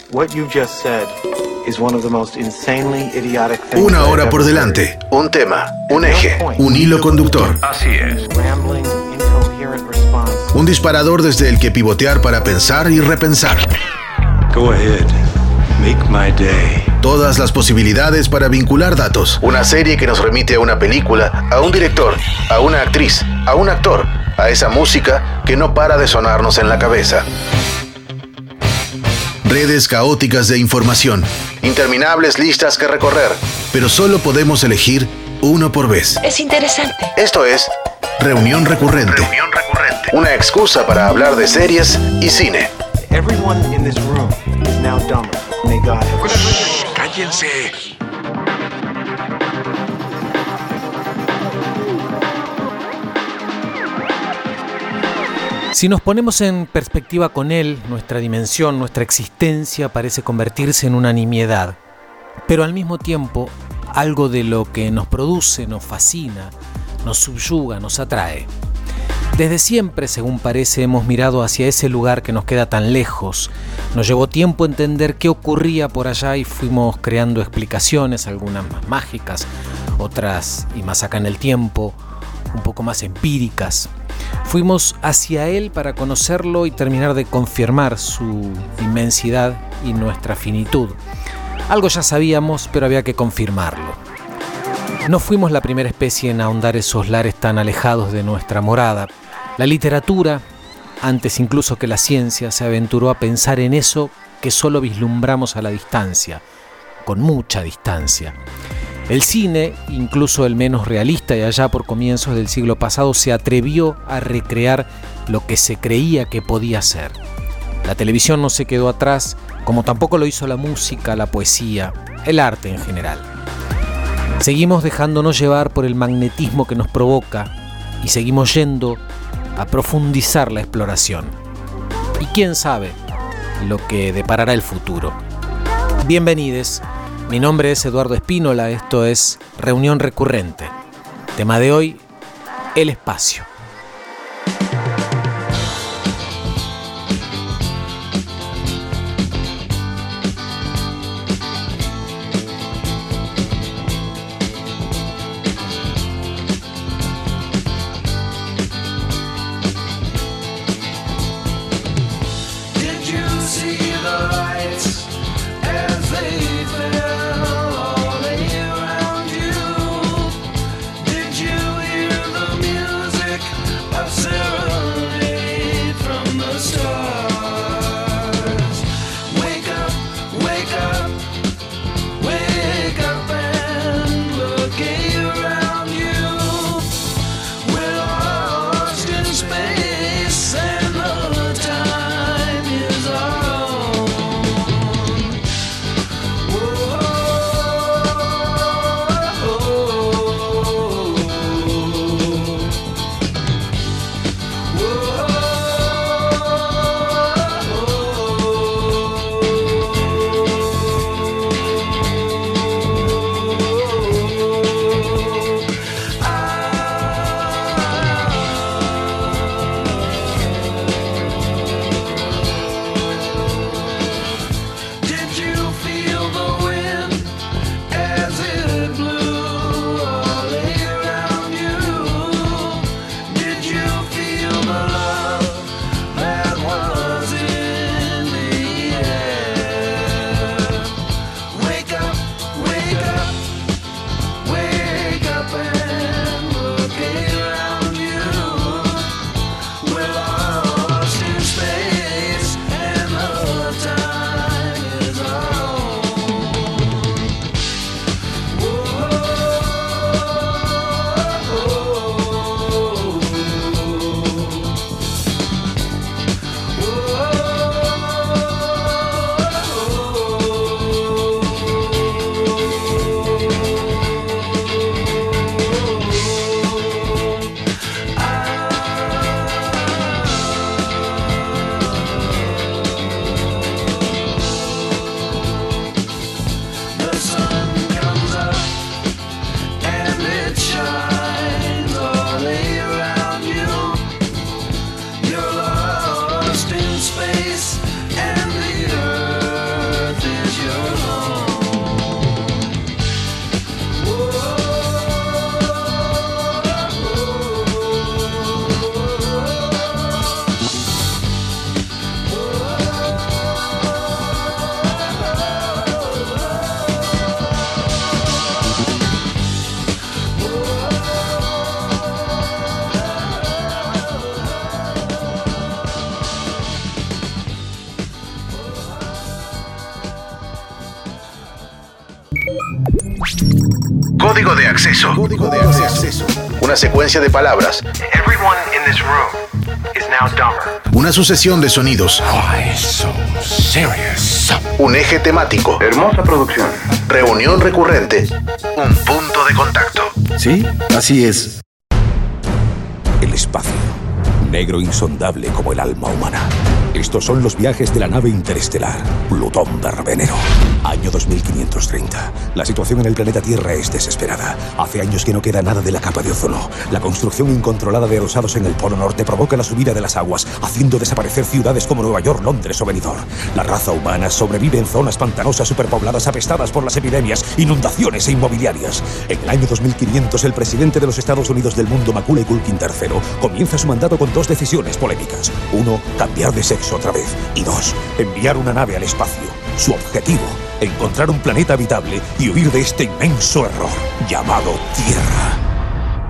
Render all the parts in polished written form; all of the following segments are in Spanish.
What you just said is one of the most insanely idiotic things. Una hora por delante, un tema, un eje, un hilo conductor. Así es. Rambling, incoherent response. Un disparador desde el que pivotear para pensar y repensar. Go ahead. Make my day. Todas las posibilidades para vincular datos. Una serie que nos remite a una película, a un director, a una actriz, a un actor, a esa música que no para de sonarnos en la cabeza. Redes caóticas de información, interminables listas que recorrer, pero solo podemos elegir uno por vez. Es interesante. Esto es Reunión Recurrente. Reunión recurrente. Una excusa para hablar de series y cine. Everyone in this room is now dumber. May God have ¡Cállense! Si nos ponemos en perspectiva con él, nuestra dimensión, nuestra existencia parece convertirse en una nimiedad. Pero al mismo tiempo, algo de lo que nos produce, nos fascina, nos subyuga, nos atrae. Desde siempre, según parece, hemos mirado hacia ese lugar que nos queda tan lejos. Nos llevó tiempo entender qué ocurría por allá y fuimos creando explicaciones, algunas más mágicas, otras y más acá en el tiempo, un poco más empíricas. Fuimos hacia él para conocerlo y terminar de confirmar su inmensidad y nuestra finitud. Algo ya sabíamos, pero había que confirmarlo. No fuimos la primera especie en ahondar esos lares tan alejados de nuestra morada. La literatura, antes incluso que la ciencia, se aventuró a pensar en eso que solo vislumbramos a la distancia, con mucha distancia. El cine, incluso el menos realista y allá por comienzos del siglo pasado, se atrevió a recrear lo que se creía que podía ser. La televisión no se quedó atrás, como tampoco lo hizo la música, la poesía, el arte en general. Seguimos dejándonos llevar por el magnetismo que nos provoca y seguimos yendo a profundizar la exploración. Y quién sabe lo que deparará el futuro. Bienvenidos. Mi nombre es Eduardo Espínola, esto es Reunión Recurrente. Tema de hoy, el espacio. Music Código de acceso. Código de acceso. Una secuencia de palabras. Everyone in this room is now dumber. Una sucesión de sonidos. Why so serious? Un eje temático. Hermosa producción. Reunión recurrente. Un punto de contacto. Sí, así es. El espacio, negro insondable como el alma humana. Estos son los viajes de la nave interestelar Plutón Berbenero. Año 2530. La situación en el planeta Tierra es desesperada. Hace años que no queda nada de la capa de ozono. La construcción incontrolada de aerosados en el Polo Norte provoca la subida de las aguas, haciendo desaparecer ciudades como Nueva York, Londres o Benidorm. La raza humana sobrevive en zonas pantanosas superpobladas apestadas por las epidemias, inundaciones e inmobiliarias. En el año 2500, el presidente de los Estados Unidos del mundo, Macaulay Culkin III, comienza su mandato con dos decisiones polémicas. 1. Cambiar de sexo otra vez. Y 2. Enviar una nave al espacio. Su objetivo: encontrar un planeta habitable y huir de este inmenso error llamado Tierra.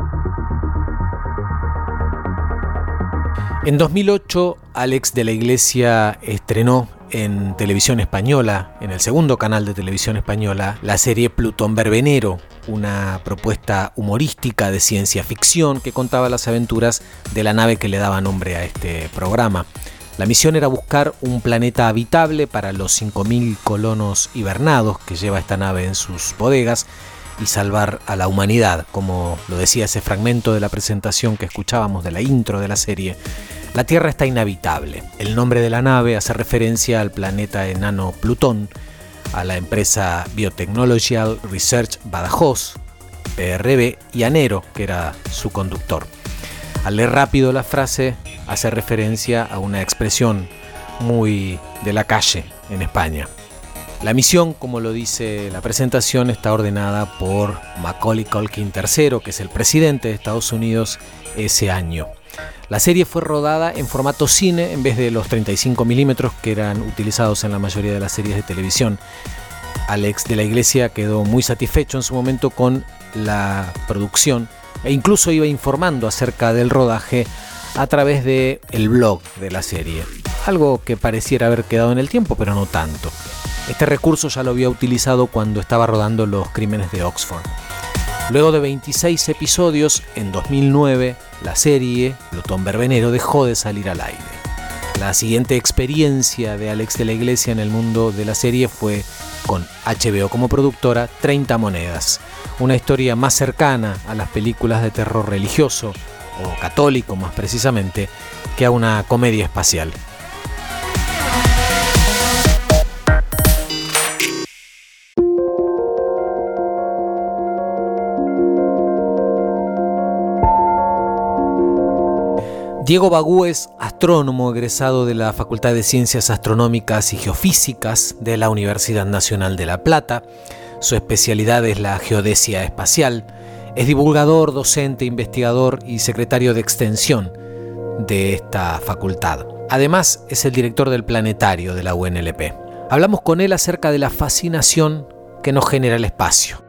En 2008, Alex de la Iglesia estrenó en televisión española, en el segundo canal de televisión española, la serie Plutón Berbenero, una propuesta humorística de ciencia ficción que contaba las aventuras de la nave que le daba nombre a este programa. La misión era buscar un planeta habitable para los 5.000 colonos hibernados que lleva esta nave en sus bodegas y salvar a la humanidad, como lo decía ese fragmento de la presentación que escuchábamos de la intro de la serie. La Tierra está inhabitable. El nombre de la nave hace referencia al planeta enano Plutón, a la empresa Biotechnological Research Badajoz, PRB, y a Nero, que era su conductor. Al leer rápido la frase, hace referencia a una expresión muy de la calle en España. La misión, como lo dice la presentación, está ordenada por Macaulay Culkin III, que es el presidente de Estados Unidos ese año. La serie fue rodada en formato cine en vez de los 35 milímetros que eran utilizados en la mayoría de las series de televisión. Alex de la Iglesia quedó muy satisfecho en su momento con la producción e incluso iba informando acerca del rodaje a través del blog de la serie. Algo que pareciera haber quedado en el tiempo, pero no tanto. Este recurso ya lo había utilizado cuando estaba rodando Los Crímenes de Oxford. Luego de 26 episodios, en 2009, la serie Plutón Berbenero dejó de salir al aire. La siguiente experiencia de Alex de la Iglesia en el mundo de la serie fue con HBO como productora 30 Monedas, una historia más cercana a las películas de terror religioso, o católico más precisamente, que a una comedia espacial. Diego Bagú es astrónomo egresado de la Facultad de Ciencias Astronómicas y Geofísicas de la Universidad Nacional de La Plata. Su especialidad es la geodesia espacial. Es divulgador, docente, investigador y secretario de extensión de esta facultad. Además, es el director del planetario de la UNLP. Hablamos con él acerca de la fascinación que nos genera el espacio.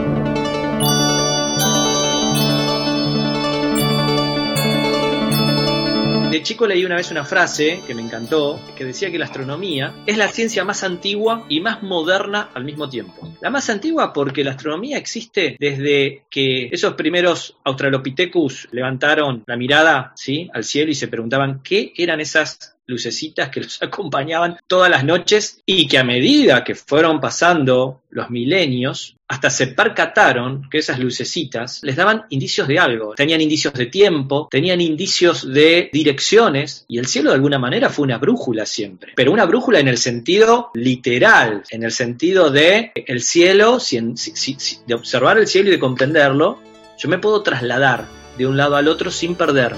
De chico leí una vez una frase que me encantó, que decía que la astronomía es la ciencia más antigua y más moderna al mismo tiempo. La más antigua porque la astronomía existe desde que esos primeros Australopithecus levantaron la mirada, ¿sí?, al cielo y se preguntaban qué eran esas lucecitas que los acompañaban todas las noches, y que a medida que fueron pasando los milenios, hasta se percataron que esas lucecitas les daban indicios de algo. Tenían indicios de tiempo, tenían indicios de direcciones, y el cielo de alguna manera fue una brújula siempre. Pero una brújula en el sentido literal, en el sentido de el cielo, de observar el cielo y de comprenderlo, yo me puedo trasladar de un lado al otro sin perderme.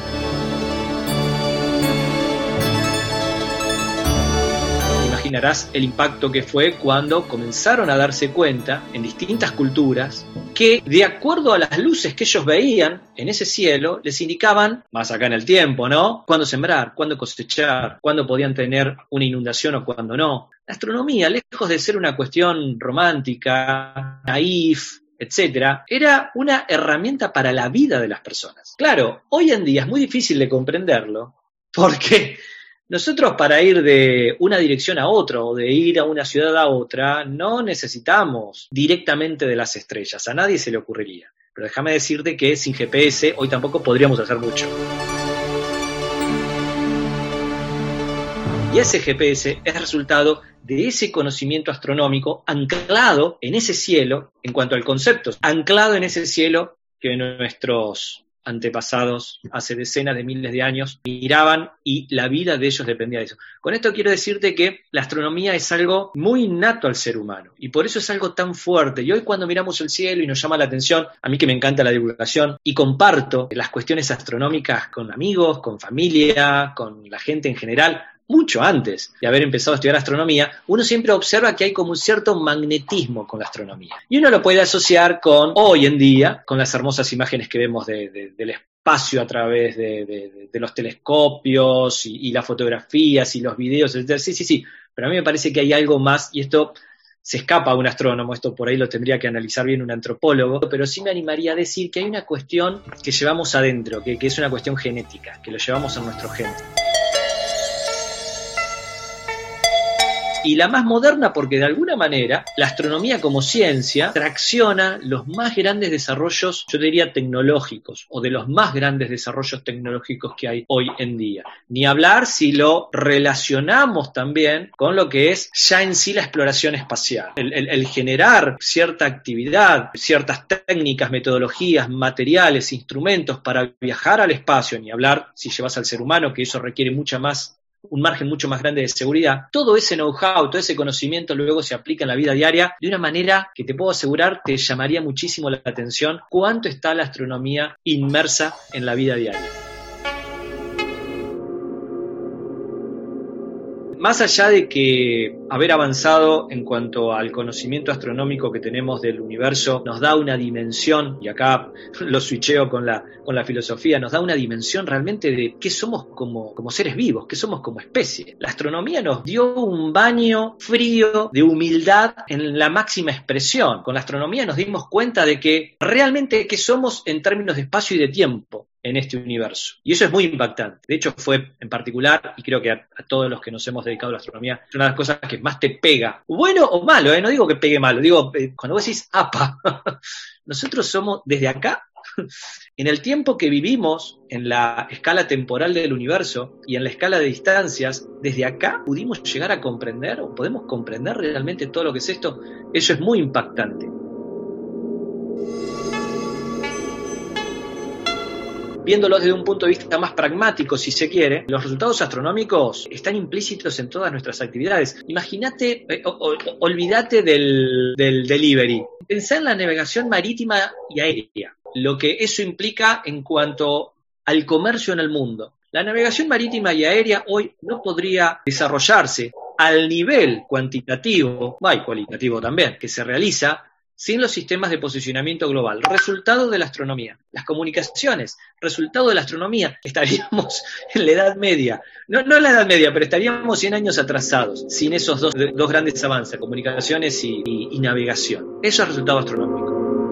Imaginarás el impacto que fue cuando comenzaron a darse cuenta en distintas culturas que, de acuerdo a las luces que ellos veían en ese cielo, les indicaban, más acá en el tiempo, ¿no?, cuándo sembrar, cuándo cosechar, cuándo podían tener una inundación o cuándo no. La astronomía, lejos de ser una cuestión romántica, naif, etcétera, era una herramienta para la vida de las personas. Claro, hoy en día es muy difícil de comprenderlo porque Nosotros para ir de una dirección a otra o de ir a una ciudad a otra no necesitamos directamente de las estrellas, a nadie se le ocurriría. Pero déjame decirte que sin GPS hoy tampoco podríamos hacer mucho. Y ese GPS es resultado de ese conocimiento astronómico anclado en ese cielo, en cuanto al concepto, anclado en ese cielo que nuestros antepasados hace decenas de miles de años miraban y la vida de ellos dependía de eso. Con esto quiero decirte que la astronomía es algo muy innato al ser humano y por eso es algo tan fuerte. Y hoy cuando miramos el cielo y nos llama la atención, a mí que me encanta la divulgación y comparto las cuestiones astronómicas con amigos, con familia, con la gente en general, mucho antes de haber empezado a estudiar astronomía, uno siempre observa que hay como un cierto magnetismo con la astronomía. Y uno lo puede asociar con, hoy en día, con las hermosas imágenes que vemos del espacio a través de los telescopios y las fotografías y los videos, etc. Sí, pero a mí me parece que hay algo más, y esto se escapa a un astrónomo, esto por ahí lo tendría que analizar bien un antropólogo, pero sí me animaría a decir que hay una cuestión que llevamos adentro, que es una cuestión genética, que lo llevamos en nuestros genes. Y la más moderna porque de alguna manera la astronomía como ciencia tracciona los más grandes desarrollos, yo diría tecnológicos, o de los más grandes desarrollos tecnológicos que hay hoy en día. Ni hablar si lo relacionamos también con lo que es ya en sí la exploración espacial. El generar cierta actividad, ciertas técnicas, metodologías, materiales, instrumentos para viajar al espacio, ni hablar si llevas al ser humano, que eso requiere un margen mucho más grande de seguridad, todo ese know-how, todo ese conocimiento luego se aplica en la vida diaria de una manera que te puedo asegurar te llamaría muchísimo la atención cuánto está la astronomía inmersa en la vida diaria. Más allá de que haber avanzado en cuanto al conocimiento astronómico que tenemos del universo nos da una dimensión, y acá lo switcheo con la filosofía, nos da una dimensión realmente de qué somos como seres vivos, qué somos como especie. La astronomía nos dio un baño frío de humildad en la máxima expresión. Con la astronomía nos dimos cuenta de que realmente qué somos en términos de espacio y de tiempo en este universo. Y eso es muy impactante. De hecho, fue en particular, y creo que a todos los que nos hemos dedicado a la astronomía, es una de las cosas que más te pega. Bueno o malo, no digo que pegue malo, digo, cuando vos decís, ¡apa! Nosotros somos, desde acá, en el tiempo que vivimos, en la escala temporal del universo y en la escala de distancias, desde acá pudimos llegar a comprender, o podemos comprender realmente todo lo que es esto. Eso es muy impactante. Viéndolo desde un punto de vista más pragmático, si se quiere, los resultados astronómicos están implícitos en todas nuestras actividades. Imagínate, olvídate del delivery. Pensá en la navegación marítima y aérea, lo que eso implica en cuanto al comercio en el mundo. La navegación marítima y aérea hoy no podría desarrollarse al nivel cuantitativo, y cualitativo también, que se realiza sin los sistemas de posicionamiento global. Resultado de la astronomía. Las comunicaciones, resultado de la astronomía. Estaríamos en la Edad Media. No en la Edad Media, pero estaríamos 100 años atrasados, sin esos dos grandes avances, comunicaciones y navegación. Eso es resultado astronómico.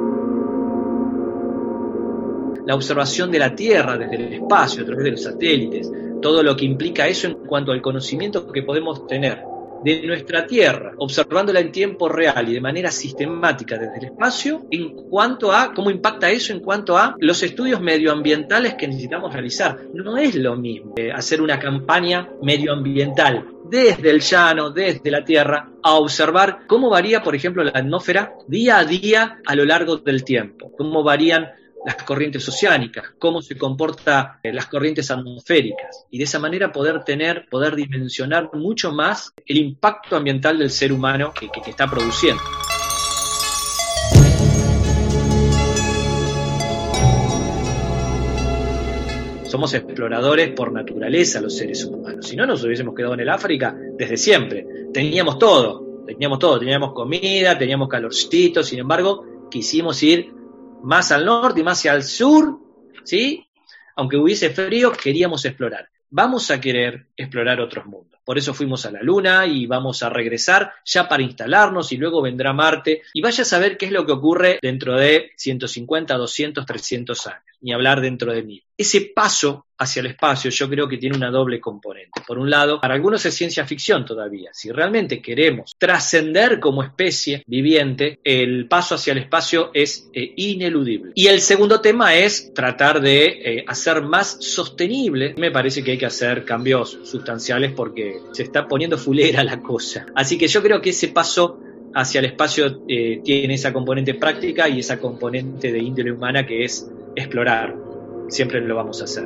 La observación de la Tierra desde el espacio, a través de los satélites, todo lo que implica eso en cuanto al conocimiento que podemos tener de nuestra Tierra, observándola en tiempo real y de manera sistemática desde el espacio, en cuanto a cómo impacta eso en cuanto a los estudios medioambientales que necesitamos realizar. No es lo mismo hacer una campaña medioambiental desde el llano, desde la Tierra, a observar cómo varía, por ejemplo, la atmósfera día a día a lo largo del tiempo, cómo varían las corrientes oceánicas, cómo se comportan las corrientes atmosféricas, y de esa manera poder dimensionar mucho más el impacto ambiental del ser humano que está produciendo. Somos exploradores por naturaleza los seres humanos, si no nos hubiésemos quedado en el África desde siempre. Teníamos todo, teníamos comida, teníamos calorcito, sin embargo, quisimos ir más al norte y más hacia el sur, ¿sí? Aunque hubiese frío, queríamos explorar. Vamos a querer explorar otros mundos. Por eso fuimos a la Luna y vamos a regresar ya para instalarnos y luego vendrá Marte. Y vaya a saber qué es lo que ocurre dentro de 150, 200, 300 años. Ni hablar dentro de 1000. Ese paso hacia el espacio yo creo que tiene una doble componente. Por un lado, para algunos es ciencia ficción todavía. Si realmente queremos trascender como especie viviente, el paso hacia el espacio es ineludible. Y el segundo tema es tratar de hacer más sostenible. Me parece que hay que hacer cambios sustanciales porque se está poniendo fulera la cosa. Así que yo creo que ese paso hacia el espacio tiene esa componente práctica y esa componente de índole humana que es explorar. Siempre lo vamos a hacer.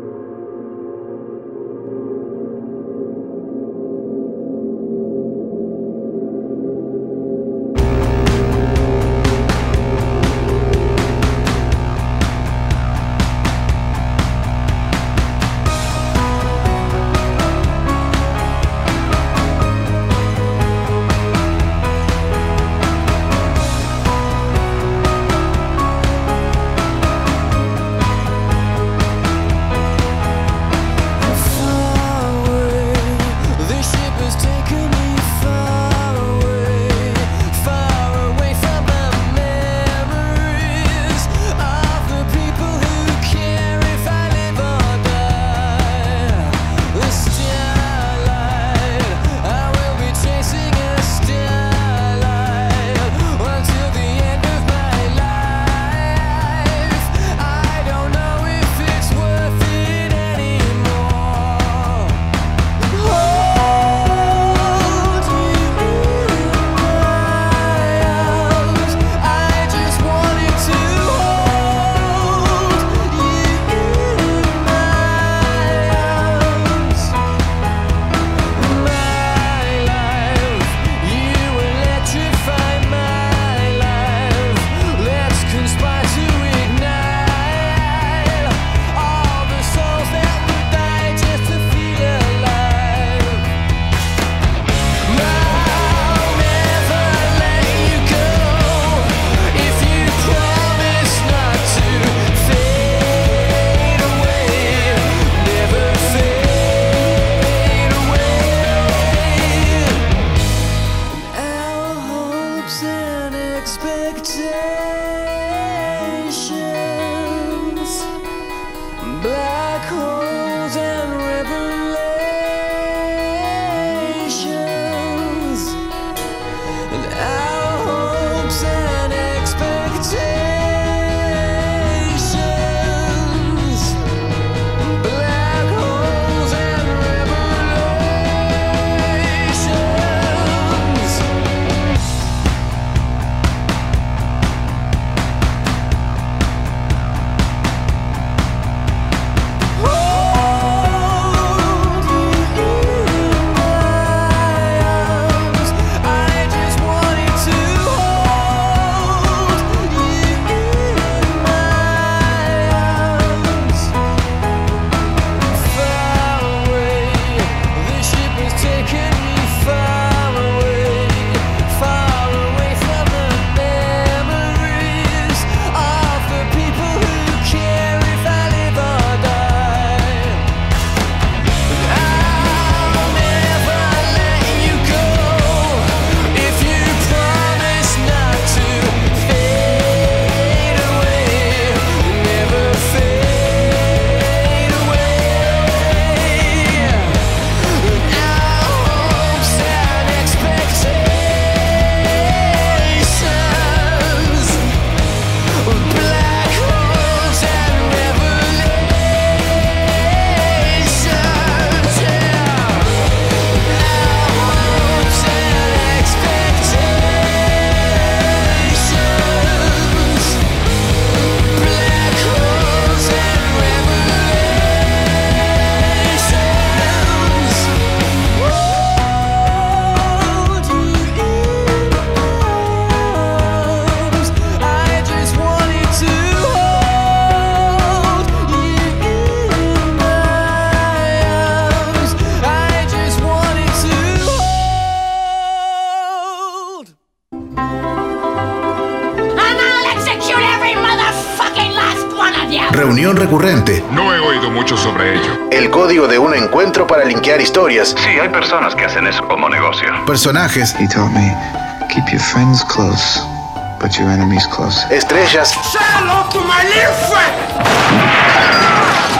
Reunión recurrente. No he oído mucho sobre ello. El código de un encuentro para linkear historias. Sí, hay personas que hacen eso como negocio. Personajes. He taught me, keep your friends close, but your enemies close. Estrellas. Say hello to my little friend.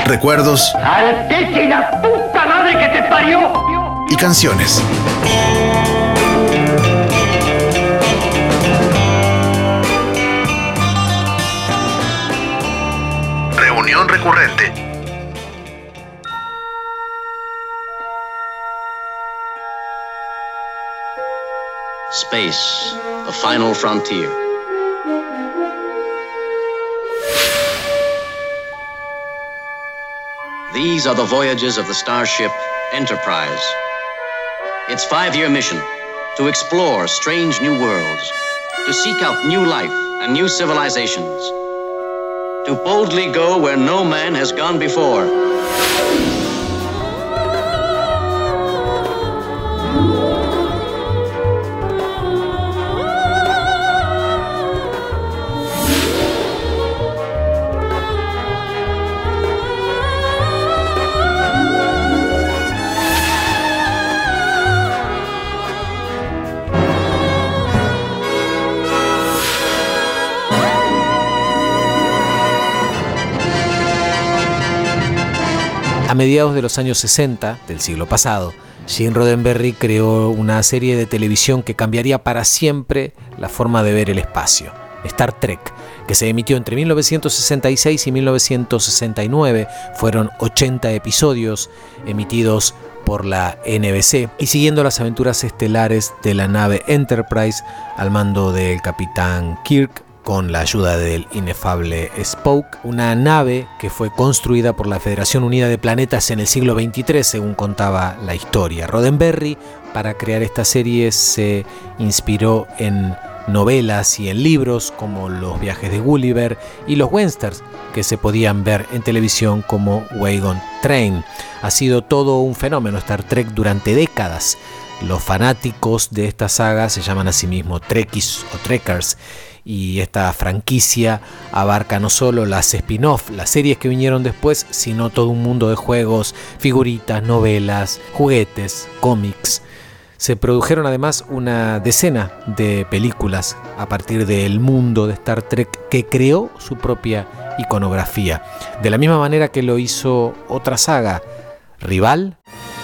recuerdos ¡Altete la puta madre que te parió! Y canciones. Reunión recurrente. Space, the final frontier. These are the voyages of the starship Enterprise. Its 5-year mission, to explore strange new worlds, to seek out new life and new civilizations, to boldly go where no man has gone before. A mediados de los años 60 del siglo pasado, Gene Roddenberry creó una serie de televisión que cambiaría para siempre la forma de ver el espacio, Star Trek, que se emitió entre 1966 y 1969. Fueron 80 episodios emitidos por la NBC y siguiendo las aventuras estelares de la nave Enterprise al mando del capitán Kirk, con la ayuda del inefable Spock, una nave que fue construida por la Federación Unida de Planetas en el siglo XXIII, según contaba la historia. Roddenberry, para crear esta serie, se inspiró en novelas y en libros como Los viajes de Gulliver y los westerns que se podían ver en televisión como Wagon Train. Ha sido todo un fenómeno Star Trek durante décadas. Los fanáticos de esta saga se llaman a sí mismos Trekkies o Trekkers. Y esta franquicia abarca no solo las spin-off, las series que vinieron después, sino todo un mundo de juegos, figuritas, novelas, juguetes, cómics. Se produjeron además una decena de películas a partir del mundo de Star Trek, que creó su propia iconografía. De la misma manera que lo hizo otra saga rival.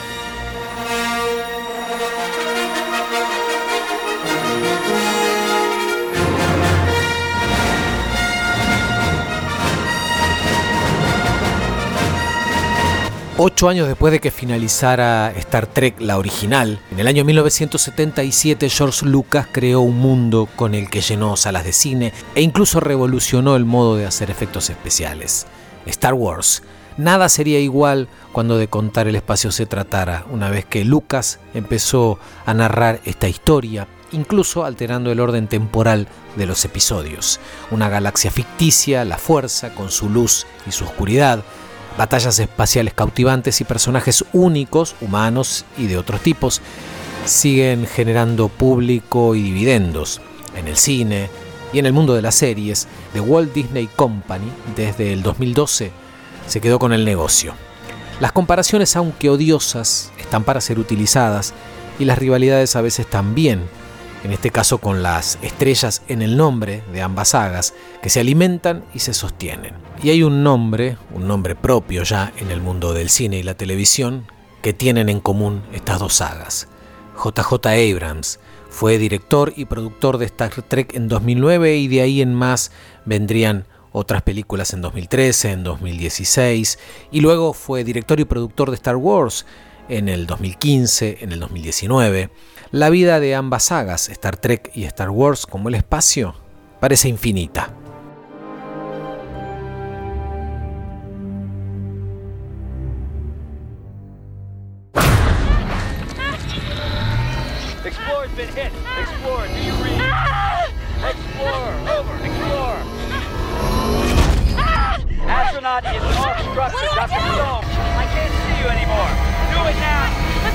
8 años después de que finalizara Star Trek, la original, en el año 1977 George Lucas creó un mundo con el que llenó salas de cine e incluso revolucionó el modo de hacer efectos especiales. Star Wars. Nada sería igual cuando de contar el espacio se tratara, una vez que Lucas empezó a narrar esta historia, incluso alterando el orden temporal de los episodios. Una galaxia ficticia, la fuerza, con su luz y su oscuridad, batallas espaciales cautivantes y personajes únicos, humanos y de otros tipos, siguen generando público y dividendos en el cine y en el mundo de las series. The Walt Disney Company, desde el 2012, se quedó con el negocio. Las comparaciones, aunque odiosas, están para ser utilizadas y las rivalidades a veces también, en este caso con las estrellas en el nombre de ambas sagas, que se alimentan y se sostienen. Y hay un nombre propio ya en el mundo del cine y la televisión, que tienen en común estas dos sagas. J.J. Abrams fue director y productor de Star Trek en 2009 y de ahí en más vendrían otras películas en 2013, en 2016, y luego fue director y productor de Star Wars en el 2015, en el 2019. La vida de ambas sagas, Star Trek y Star Wars, como el espacio, parece infinita. Explorer's been hit. Explorer, do you read? Explorer, over. Explorer. Astronaut is off structure. Dr. Stone, I can't see you anymore. Do it now.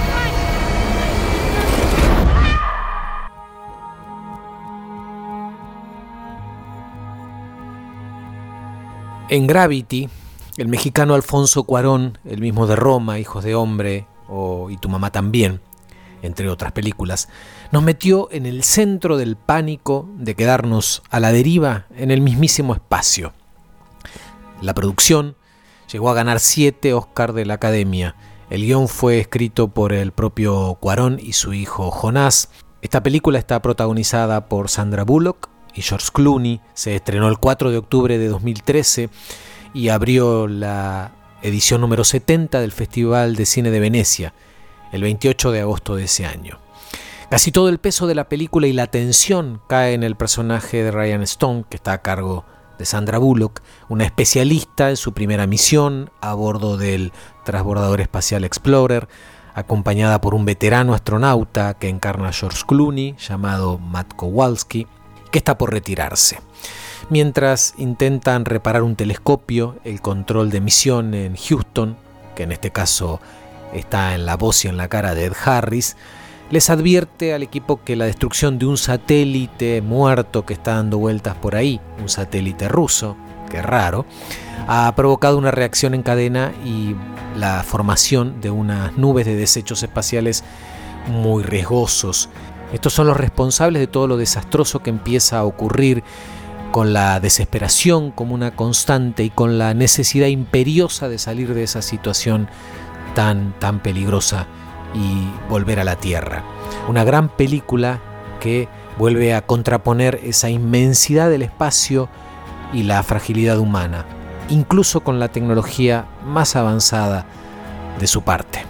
En Gravity, el mexicano Alfonso Cuarón, el mismo de Roma, Hijos de Hombre y Tu mamá también, entre otras películas, nos metió en el centro del pánico de quedarnos a la deriva en el mismísimo espacio. La producción Llegó a ganar 7 Oscar de la Academia. El guión fue escrito por el propio Cuarón y su hijo Jonás. Esta película está protagonizada por Sandra Bullock y George Clooney. Se estrenó el 4 de octubre de 2013 y abrió la edición número 70 del Festival de Cine de Venecia, el 28 de agosto de ese año. Casi todo el peso de la película y la tensión cae en el personaje de Ryan Stone, que está a cargo de Sandra Bullock, una especialista en su primera misión a bordo del transbordador espacial Explorer, acompañada por un veterano astronauta que encarna a George Clooney, llamado Matt Kowalski, que está por retirarse. Mientras intentan reparar un telescopio, el control de misión en Houston, que en este caso está en la voz y en la cara de Ed Harris, les advierte al equipo que la destrucción de un satélite muerto que está dando vueltas por ahí, un satélite ruso, que raro, ha provocado una reacción en cadena y la formación de unas nubes de desechos espaciales muy riesgosos. Estos son los responsables de todo lo desastroso que empieza a ocurrir, con la desesperación como una constante y con la necesidad imperiosa de salir de esa situación tan peligrosa y volver a la Tierra. Una gran película que vuelve a contraponer esa inmensidad del espacio y la fragilidad humana, incluso con la tecnología más avanzada de su parte.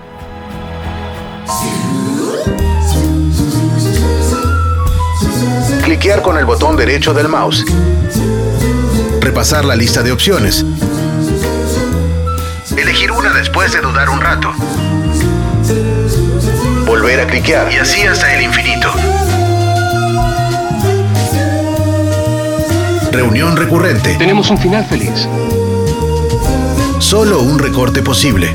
Cliquear con el botón derecho del mouse. Repasar la lista de opciones. Elegir una después de dudar un rato. Volver a cliquear y así hasta el infinito. Reunión recurrente. Tenemos un final feliz. Solo un recorte posible.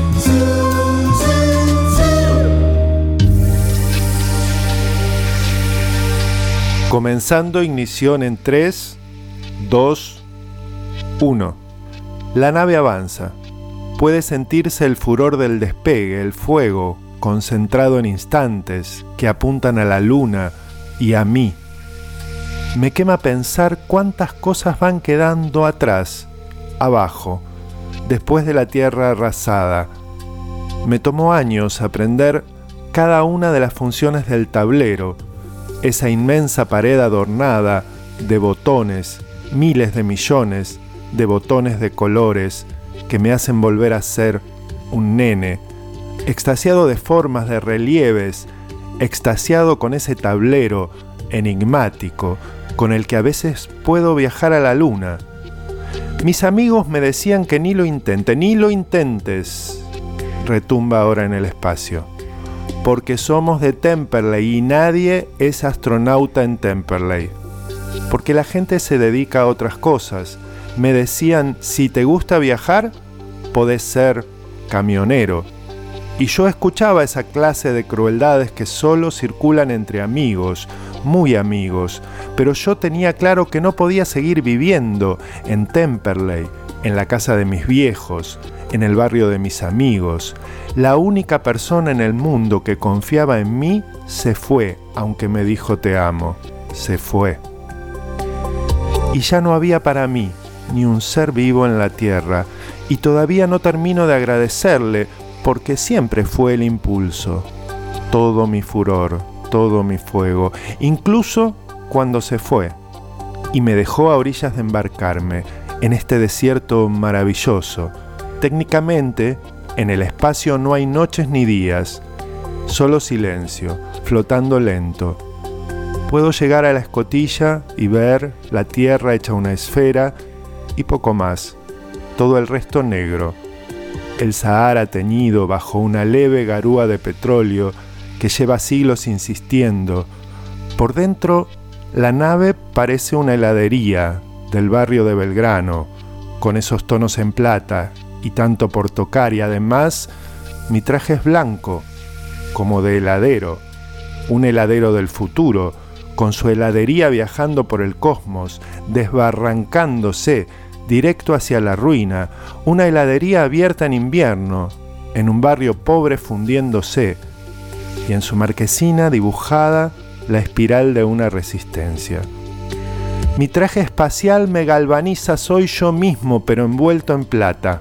Comenzando ignición en 3, 2, 1. La nave avanza. Puede sentirse el furor del despegue, el fuego, concentrado en instantes, que apuntan a la luna y a mí. Me quema pensar cuántas cosas van quedando atrás, abajo, después de la tierra arrasada. Me tomó años aprender cada una de las funciones del tablero, esa inmensa pared adornada de botones, miles de millones de botones de colores que me hacen volver a ser un nene, extasiado de formas, de relieves, extasiado con ese tablero enigmático con el que a veces puedo viajar a la luna. Mis amigos me decían que ni lo intentes, retumba ahora en el espacio. Porque somos de Temperley y nadie es astronauta en Temperley. Porque la gente se dedica a otras cosas. Me decían, si te gusta viajar, podés ser camionero. Y yo escuchaba esa clase de crueldades que solo circulan entre amigos, muy amigos. Pero yo tenía claro que no podía seguir viviendo en Temperley, en la casa de mis viejos, en el barrio de mis amigos. La única persona en el mundo que confiaba en mí se fue, aunque me dijo te amo. Se fue. Y ya no había para mí ni un ser vivo en la tierra, y todavía no termino de agradecerle, porque siempre fue el impulso, todo mi furor, todo mi fuego, incluso cuando se fue, y me dejó a orillas de embarcarme en este desierto maravilloso. Técnicamente, en el espacio no hay noches ni días, solo silencio, flotando lento. Puedo llegar a la escotilla y ver la tierra hecha una esfera y poco más, todo el resto negro. El Sahara teñido bajo una leve garúa de petróleo que lleva siglos insistiendo. Por dentro, la nave parece una heladería del barrio de Belgrano, con esos tonos en plata y tanto por tocar, y además mi traje es blanco, como de heladero, un heladero del futuro, con su heladería viajando por el cosmos, desbarrancándose directo hacia la ruina, una heladería abierta en invierno, en un barrio pobre fundiéndose, y en su marquesina dibujada la espiral de una resistencia. Mi traje espacial me galvaniza, soy yo mismo, pero envuelto en plata.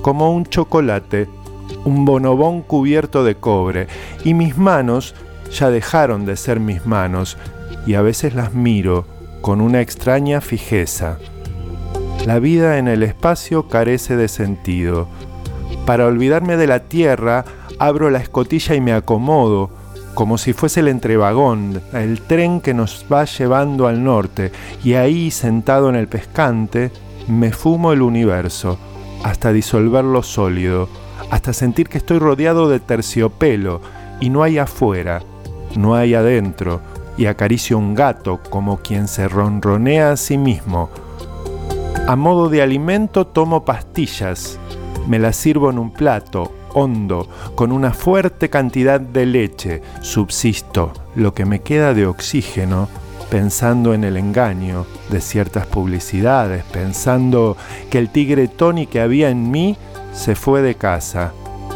como un chocolate, un bonobón cubierto de cobre, y mis manos ya dejaron de ser mis manos, y a veces las miro con una extraña fijeza. La vida en el espacio carece de sentido. Para olvidarme de la tierra, abro la escotilla y me acomodo, como si fuese el entrevagón, el tren que nos va llevando al norte, y ahí, sentado en el pescante, me fumo el universo, hasta disolverlo sólido, hasta sentir que estoy rodeado de terciopelo, y no hay afuera, no hay adentro, y acaricio un gato como quien se ronronea a sí mismo. A modo de alimento tomo pastillas, me las sirvo en un plato hondo, con una fuerte cantidad de leche, subsisto lo que me queda de oxígeno, pensando en el engaño de ciertas publicidades, pensando que el tigre Tony que había en mí se fue de casa.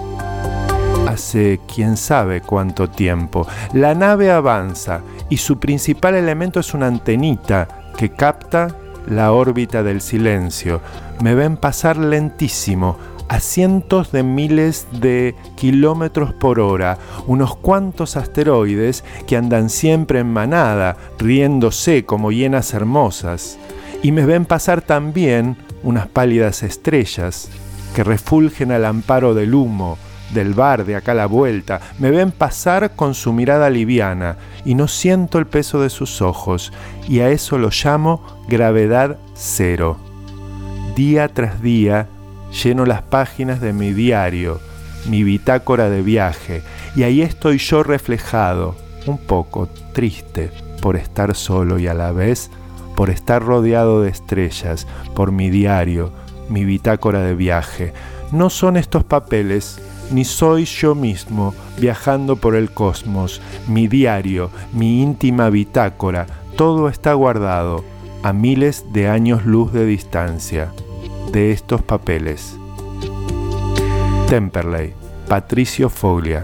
Hace quién sabe cuánto tiempo. La nave avanza y su principal elemento es una antenita que capta la órbita del silencio. Me ven pasar lentísimo, a cientos de miles de kilómetros por hora, unos cuantos asteroides que andan siempre en manada, riéndose como hienas hermosas. Y me ven pasar también unas pálidas estrellas que refulgen al amparo del humo, del bar de acá a la vuelta. Me ven pasar con su mirada liviana y no siento el peso de sus ojos, y a eso lo llamo gravedad cero. Día tras día lleno las páginas de mi diario, mi bitácora de viaje, y ahí estoy yo reflejado, un poco triste por estar solo y a la vez por estar rodeado de estrellas, por mi diario, mi bitácora de viaje. No son estos papeles, ni soy yo mismo viajando por el cosmos. Mi diario, mi íntima bitácora, todo está guardado a miles de años luz de distancia de estos papeles. Temperley, Patricio Foglia.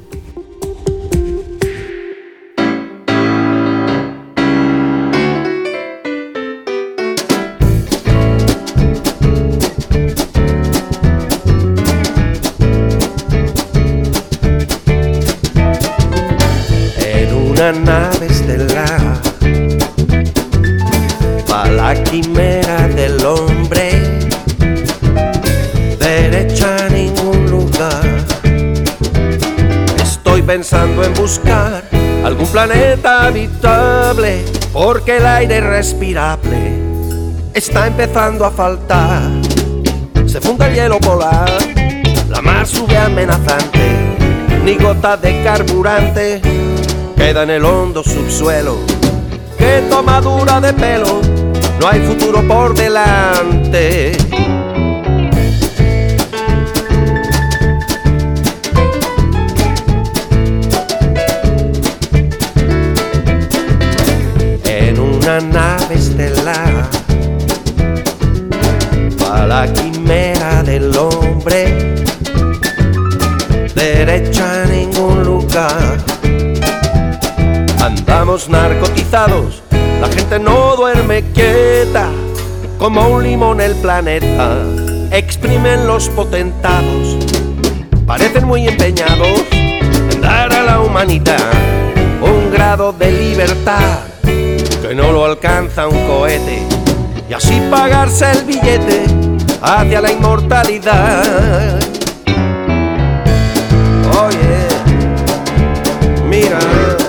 En una nave estelar va la quimera del hombre, derecha a ningún lugar. Estoy pensando en buscar algún planeta habitable, porque el aire respirable está empezando a faltar. Se funda el hielo polar, la mar sube amenazante, ni gota de carburante queda en el hondo subsuelo. ¡Qué tomadura de pelo! No hay futuro por delante. En una nave estelar va la quimera del hombre, derecha a ningún lugar. Andamos narcotizados, la gente no duerme quieta, como un limón el planeta exprimen los potentados. Parecen muy empeñados en dar a la humanidad un grado de libertad que no lo alcanza un cohete, y así pagarse el billete hacia la inmortalidad. Oye, mira,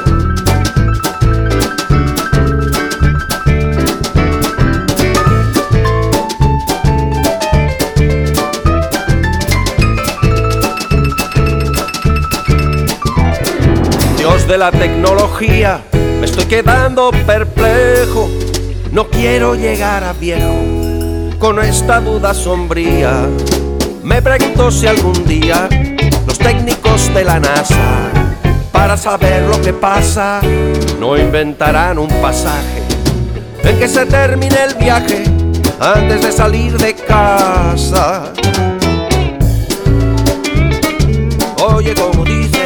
Dios de la tecnología, me estoy quedando perplejo. No quiero llegar a viejo con esta duda sombría. Me pregunto si algún día los técnicos de la NASA, para saber lo que pasa, no inventarán un pasaje en que se termine el viaje antes de salir de casa. Oye como dice,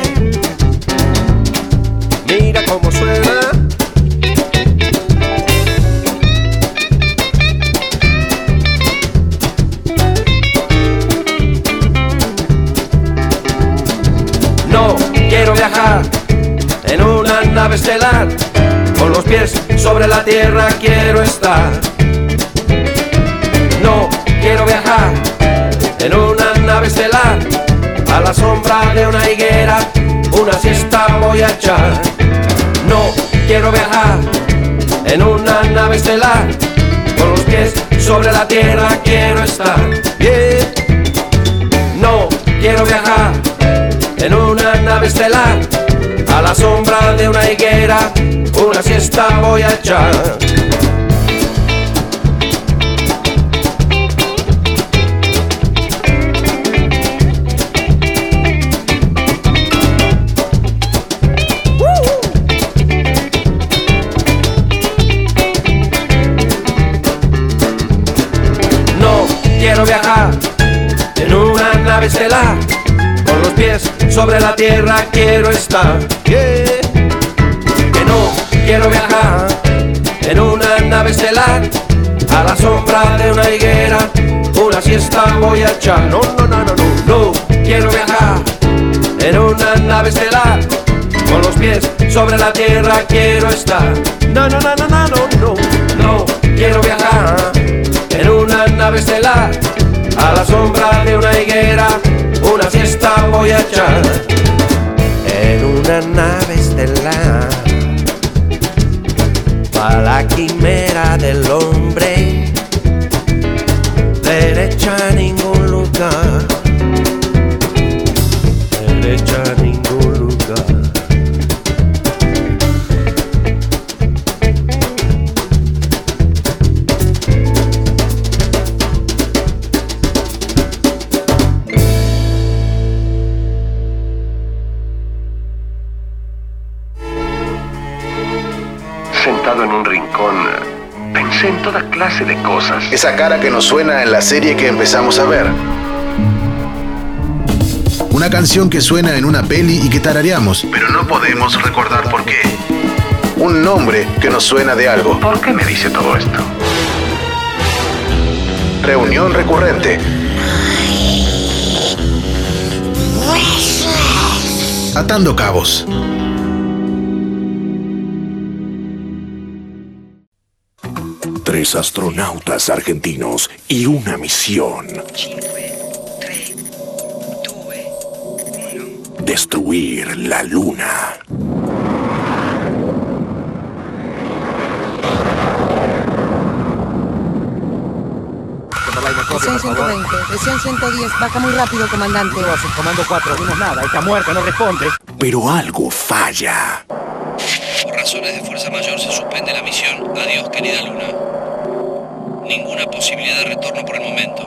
mira cómo suena. los pies sobre la tierra quiero estar. No quiero viajar en una nave estelar, a la sombra de una higuera una siesta voy a echar. No quiero viajar en una nave estelar, con los pies sobre la tierra quiero estar. Yeah. No quiero viajar en una nave estelar, a la sombra de una higuera una siesta voy a echar. Quiero viajar en una nave estelar, con los pies sobre la tierra quiero estar. Yeah. Que no quiero viajar en una nave estelar, a la sombra de una higuera una siesta voy a echar. No, no, no, no, no. No quiero viajar en una nave estelar, con los pies sobre la tierra quiero estar. No, no, no, no, no, no, no. No quiero viajar en una nave estelar, a la sombra de una higuera una siesta voy a echar. En una nave estelar, pa' la quimera del hombre, derecha a ningún lugar, derecha a ningún lugar. Sentado en un rincón, pensé en toda clase de cosas. Esa cara que nos suena en la serie que empezamos a ver. Una canción que suena en una peli y que tarareamos, pero no podemos recordar por qué. Un nombre que nos suena de algo. ¿Por qué me dice todo esto? Reunión recurrente. Atando cabos. Tres astronautas argentinos y una misión. Destruir la luna. Presión 120, presión 110, baja muy rápido, comandante. Comando 4, no nada, está muerta, no responde. Pero algo falla. Por razones de fuerza mayor se suspende la misión. Adiós, querida luna. Ninguna posibilidad de retorno por el momento.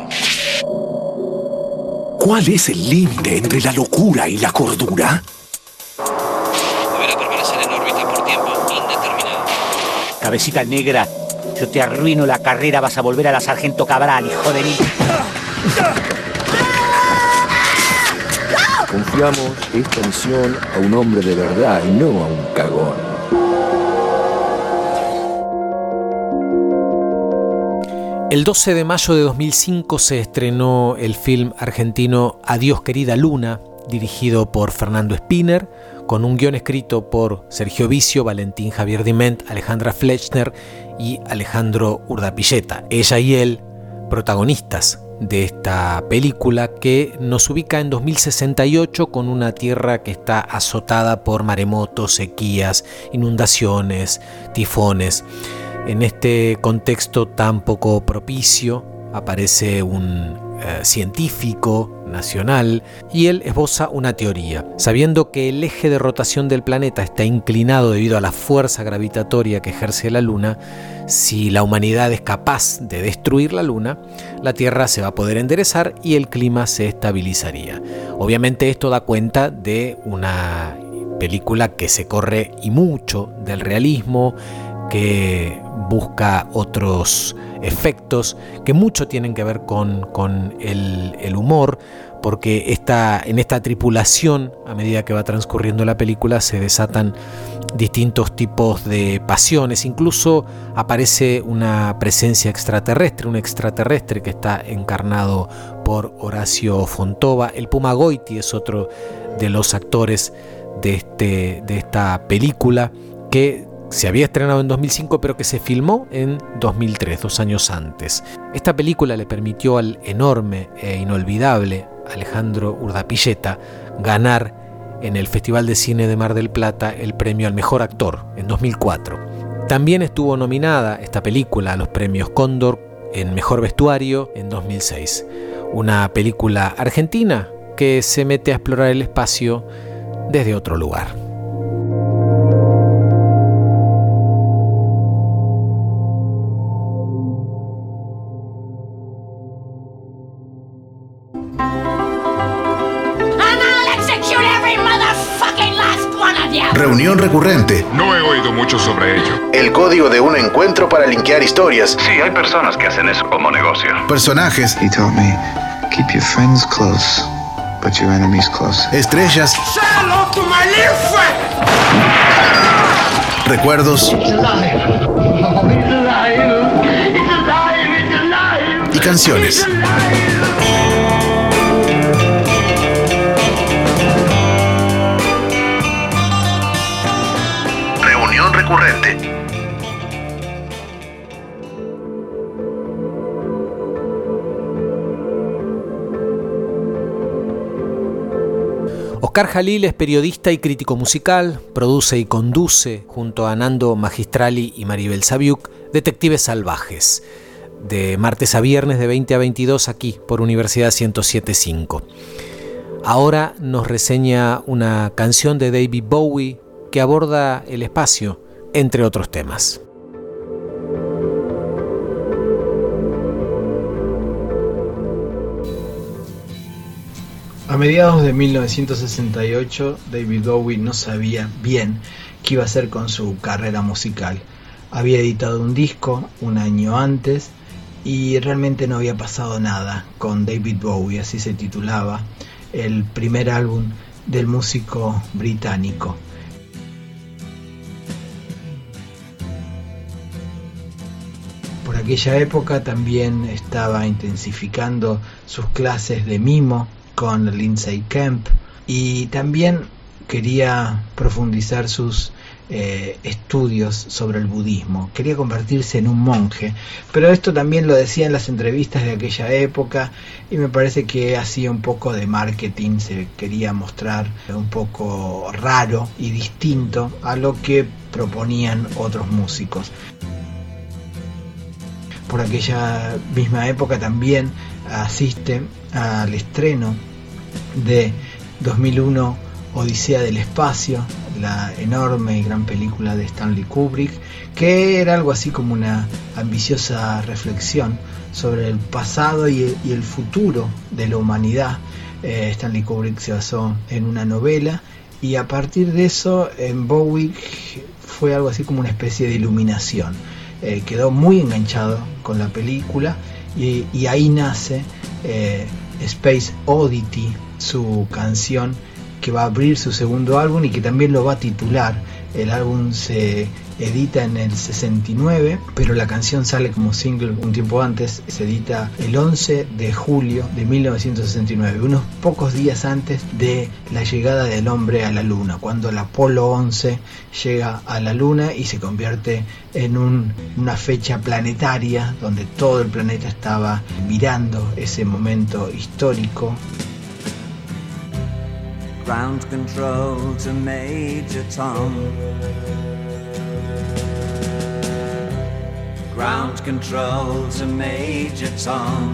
¿Cuál es el límite entre la locura y la cordura? Deberá permanecer en órbita por tiempo indeterminado. Cabecita negra, yo te arruino la carrera, vas a volver a la Sargento Cabral, hijo de mí. Confiamos esta misión a un hombre de verdad y no a un cagón. El 12 de mayo de 2005 se estrenó el film argentino Adiós querida luna, dirigido por Fernando Spinner, con un guión escrito por Sergio Vicio, Valentín Javier Diment, Alejandra Flechner y Alejandro Urdapilleta. Ella y él, protagonistas de esta película que nos ubica en 2068 con una tierra que está azotada por maremotos, sequías, inundaciones, tifones. En este contexto tan poco propicio aparece un científico nacional y él esboza una teoría. Sabiendo que el eje de rotación del planeta está inclinado debido a la fuerza gravitatoria que ejerce la Luna, si la humanidad es capaz de destruir la Luna, la Tierra se va a poder enderezar y el clima se estabilizaría. Obviamente esto da cuenta de una película que se corre y mucho del realismo, que busca otros efectos que mucho tienen que ver con el humor, porque en esta tripulación, a medida que va transcurriendo la película, se desatan distintos tipos de pasiones. Incluso aparece una presencia extraterrestre, un extraterrestre que está encarnado por Horacio Fontova. El Puma Goiti es otro de los actores de esta película, que se había estrenado en 2005 pero que se filmó en 2003, 2 años antes. Esta película le permitió al enorme e inolvidable Alejandro Urdapilleta ganar en el Festival de Cine de Mar del Plata el premio al mejor actor en 2004. También estuvo nominada esta película a los premios Cóndor en mejor vestuario en 2006. Una película argentina que se mete a explorar el espacio desde otro lugar. Reunión recurrente. No he oído mucho sobre ello. El código de un encuentro para linkear historias. Sí, hay personas que hacen eso como negocio. Personajes. He taught me, keep your friends close, but your enemies close. Estrellas. Say hello to my little friend. Recuerdos. It's alive. Oh, it's alive. It's alive. It's alive. Y canciones. It's alive. Recurrente. Oscar Jalil es periodista y crítico musical, produce y conduce, junto a Nando Magistrali y Maribel Sabiuk, Detectives Salvajes, de martes a viernes de 20 a 22 aquí por Universidad 107.5. Ahora nos reseña una canción de David Bowie que aborda el espacio, entre otros temas. A mediados de 1968, David Bowie no sabía bien qué iba a hacer con su carrera musical. Había editado un disco un año antes y realmente no había pasado nada con David Bowie, así se titulaba el primer álbum del músico británico. Por aquella época también estaba intensificando sus clases de mimo con Lindsay Kemp y también quería profundizar sus estudios sobre el budismo. Quería convertirse en un monje, pero esto también lo decía en las entrevistas de aquella época y me parece que hacía un poco de marketing, se quería mostrar un poco raro y distinto a lo que proponían otros músicos. Por aquella misma época también asiste al estreno de 2001 Odisea del Espacio, la enorme y gran película de Stanley Kubrick, que era algo así como una ambiciosa reflexión sobre el pasado y el futuro de la humanidad. Stanley Kubrick se basó en una novela y a partir de eso en Bowie fue algo así como una especie de iluminación. Quedó muy enganchado con la película y ahí nace Space Oddity, su canción que va a abrir su segundo álbum y que también lo va a titular. El álbum se edita en el 69, pero la canción sale como single un tiempo antes. Se edita el 11 de julio de 1969, unos pocos días antes de la llegada del hombre a la luna, cuando el Apolo 11 llega a la luna y se convierte en una fecha planetaria donde todo el planeta estaba mirando ese momento histórico. Ground control to Major Tom. Ground control to Major Tom.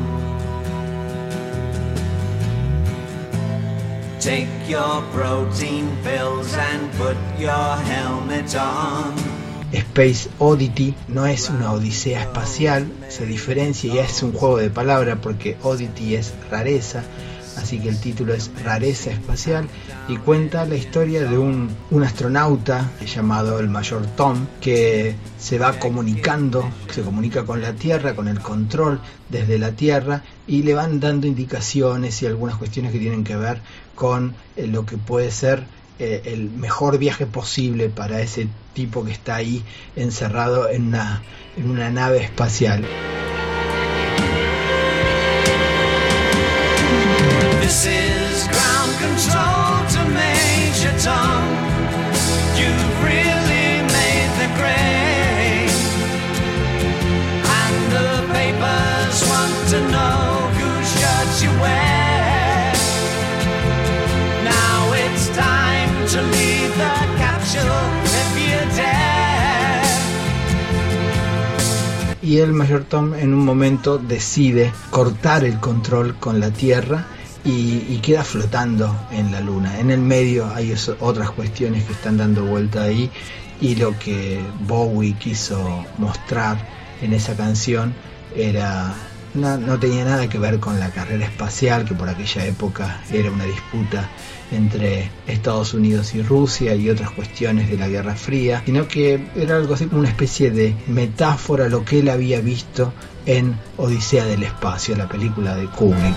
Take your protein pills and put your helmet on. Space Oddity no es una odisea espacial, se diferencia y es un juego de palabras porque Oddity es rareza, así que el título es Rareza Espacial y cuenta la historia de un astronauta llamado el Mayor Tom que se va comunicando, se comunica con la Tierra, con el control desde la Tierra y le van dando indicaciones y algunas cuestiones que tienen que ver con lo que puede ser el mejor viaje posible para ese tipo que está ahí encerrado en una nave espacial. This is ground control to Major Tom. You've really made the grade. y el Mayor Tom en un momento decide cortar el control con la Tierra y queda flotando en la Luna. En el medio hay otras cuestiones que están dando vuelta ahí, y lo que Bowie quiso mostrar en esa canción no tenía nada que ver con la carrera espacial, que por aquella época era una disputa entre Estados Unidos y Rusia y otras cuestiones de la Guerra Fría, sino que era algo así como una especie de metáfora a lo que él había visto en Odisea del Espacio, la película de Kubrick.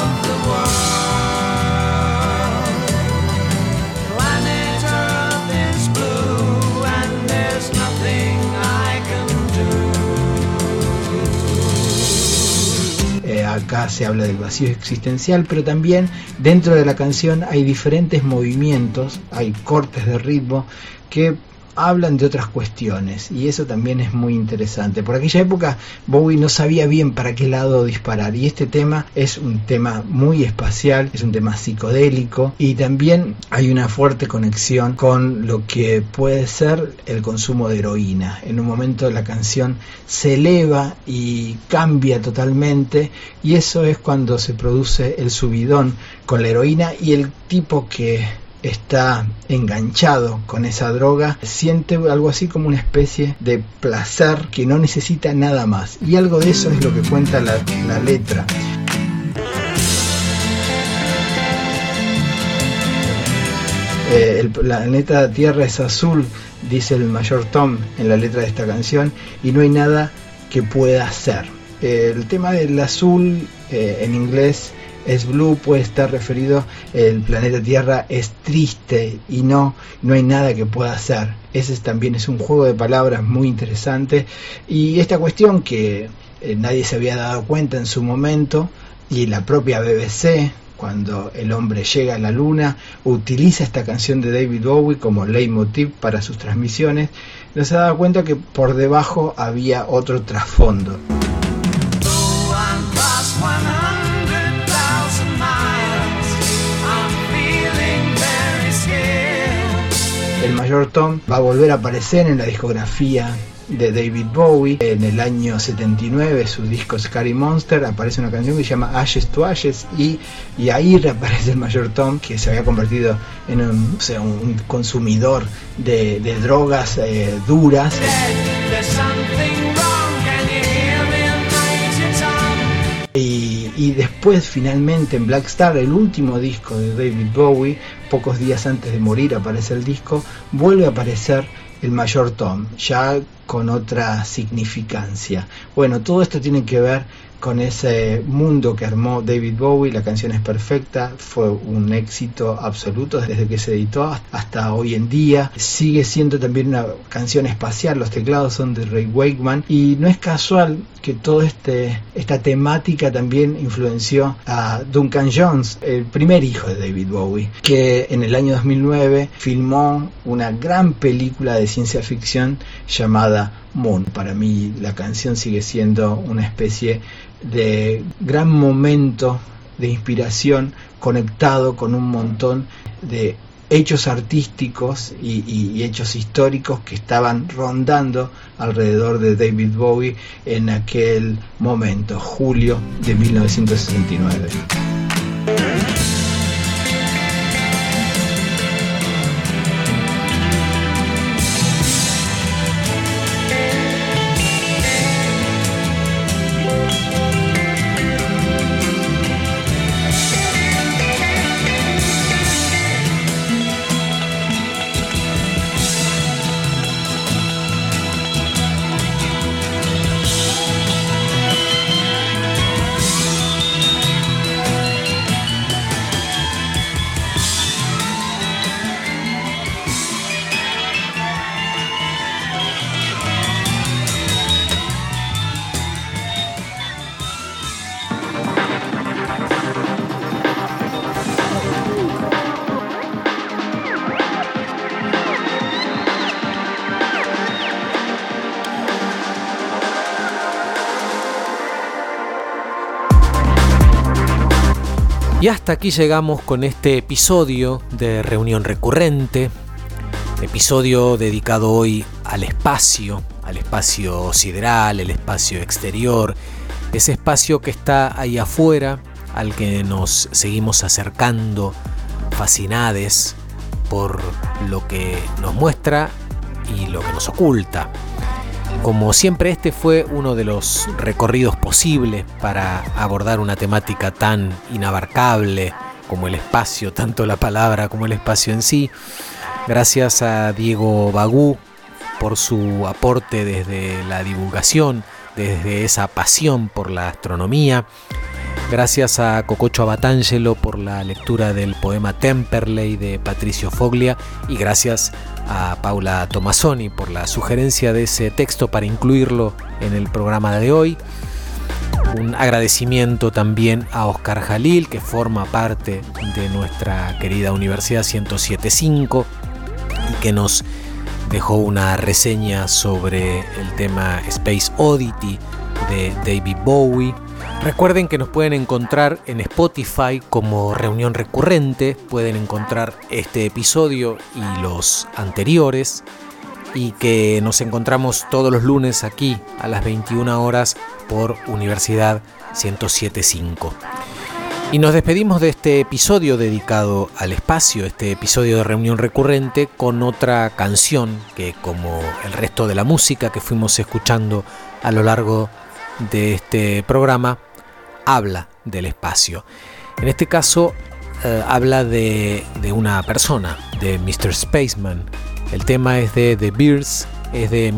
Acá se habla del vacío existencial, pero también dentro de la canción hay diferentes movimientos, hay cortes de ritmo que hablan de otras cuestiones, y eso también es muy interesante. Por aquella época Bowie no sabía bien para qué lado disparar, y este tema es un tema muy espacial, es un tema psicodélico, y también hay una fuerte conexión con lo que puede ser el consumo de heroína. En un momento la canción se eleva y cambia totalmente, y eso es cuando se produce el subidón con la heroína, y el tipo que está enganchado con esa droga siente algo así como una especie de placer que no necesita nada más, y algo de eso es lo que cuenta la letra. El planeta Tierra es azul, dice el Mayor Tom en la letra de esta canción, y no hay nada que pueda hacer. El tema del azul en inglés es blue, puede estar referido, el planeta Tierra es triste y no hay nada que pueda hacer. Ese también es un juego de palabras muy interesante, y esta cuestión que nadie se había dado cuenta en su momento, y la propia BBC, cuando el hombre llega a la luna, utiliza esta canción de David Bowie como leitmotiv para sus transmisiones, no se daba cuenta que por debajo había otro trasfondo. El Mayor Tom va a volver a aparecer en la discografía de David Bowie. En el año 79, su disco Scary Monster, aparece una canción que se llama Ashes to Ashes, y ahí reaparece el Mayor Tom, que se había convertido en un consumidor de drogas duras. Y después, finalmente, en Black Star, el último disco de David Bowie, pocos días antes de morir aparece el disco, vuelve a aparecer el Mayor Tom, ya con otra significancia. Bueno, todo esto tiene que ver con ese mundo que armó David Bowie. La canción es perfecta, fue un éxito absoluto desde que se editó hasta hoy en día. Sigue siendo también una canción espacial, los teclados son de Ray Wakeman, y no es casual que toda esta temática también influenció a Duncan Jones, el primer hijo de David Bowie, que en el año 2009 filmó una gran película de ciencia ficción llamada Moon. Para mí la canción sigue siendo una especie de gran momento de inspiración conectado con un montón de hechos artísticos y hechos históricos que estaban rondando alrededor de David Bowie en aquel momento, julio de 1969. Y hasta aquí llegamos con este episodio de Reunión Recurrente, episodio dedicado hoy al espacio, a al espacio sideral, el espacio exterior, ese espacio que está ahí afuera, al que nos seguimos acercando, fascinades por lo que nos muestra y lo que nos oculta. Como siempre, este fue uno de los recorridos posibles para abordar una temática tan inabarcable como el espacio, tanto la palabra como el espacio en sí. Gracias a Diego Bagú por su aporte desde la divulgación, desde esa pasión por la astronomía. Gracias a Cococho Abatangelo por la lectura del poema Temperley de Patricio Foglia, y gracias a Paula Tomasoni por la sugerencia de ese texto para incluirlo en el programa de hoy. Un agradecimiento también a Oscar Jalil, que forma parte de nuestra querida Universidad 107.5 y que nos dejó una reseña sobre el tema Space Oddity de David Bowie. Recuerden que nos pueden encontrar en Spotify como Reunión Recurrente, pueden encontrar este episodio y los anteriores, y que nos encontramos todos los lunes aquí a las 21 horas por Universidad 107.5. Y nos despedimos de este episodio dedicado al espacio, este episodio de Reunión Recurrente, con otra canción que, como el resto de la música que fuimos escuchando a lo largo de este programa, habla del espacio. En este caso habla de una persona, de Mr. Spaceman. El tema es de The Bears, es de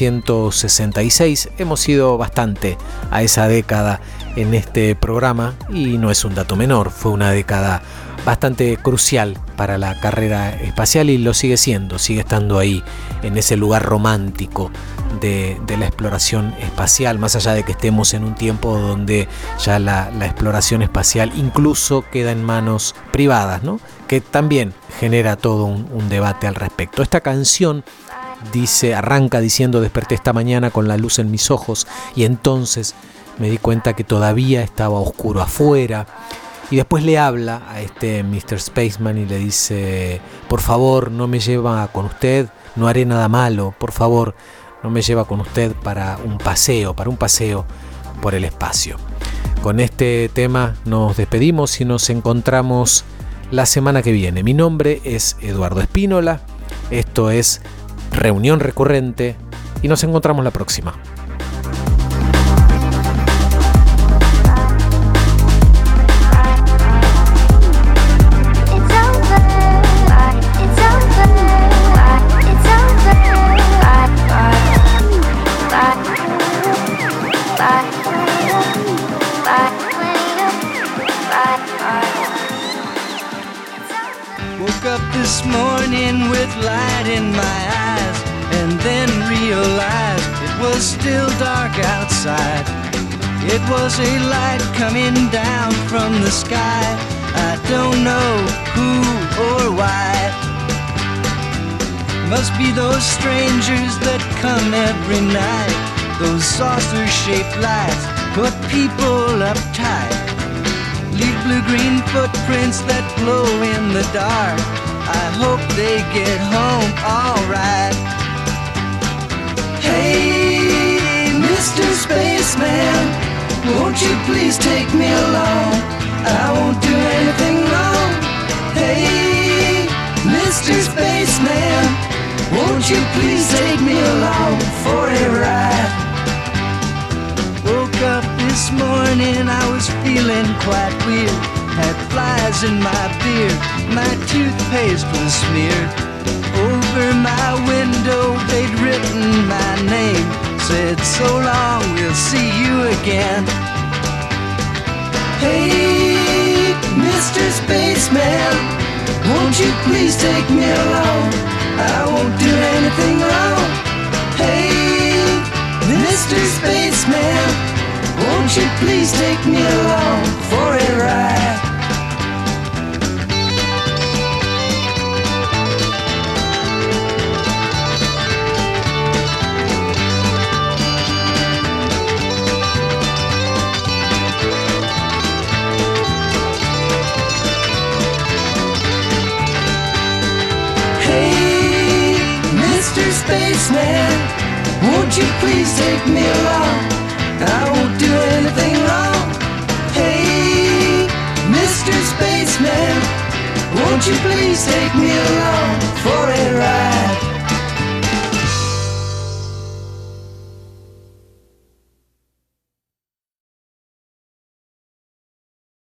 1966. Hemos ido bastante a esa década en este programa y no es un dato menor. Fue una década bastante crucial para la carrera espacial y lo sigue siendo, sigue estando ahí en ese lugar romántico de la exploración espacial, más allá de que estemos en un tiempo donde ya la exploración espacial incluso queda en manos privadas, ¿no? Que también genera todo un debate al respecto. Esta canción arranca diciendo: desperté esta mañana con la luz en mis ojos y entonces me di cuenta que todavía estaba oscuro afuera. Y después le habla a este Mr. Spaceman y le dice: por favor, no me lleva con usted, no haré nada malo, por favor, no me lleva con usted para un paseo por el espacio. Con este tema nos despedimos y nos encontramos la semana que viene. Mi nombre es Eduardo Espínola, esto es Reunión Recurrente y nos encontramos la próxima. This morning with light in my eyes, and then realized it was still dark outside. It was a light coming down from the sky. I don't know who or why. Must be those strangers that come every night. Those saucer-shaped lights put people uptight. Leave blue-green footprints that glow in the dark. I hope they get home alright. Hey, Mr. Spaceman, won't you please take me along? I won't do anything wrong. Hey, Mr. Spaceman, won't you please take me along for a ride? Woke up this morning, I was feeling quite weird. Had flies in my beard, my toothpaste was smeared. Over my window they'd written my name, said so long, we'll see you again. Hey, Mr. Spaceman, won't you please take me along? I won't do anything wrong. Hey, Mr. Spaceman, won't you please take me along for a ride? Hey, Mr. Spaceman, won't you please take me along? I won't do anything wrong. Hey, Mr. Spaceman, won't you please take me along for a ride?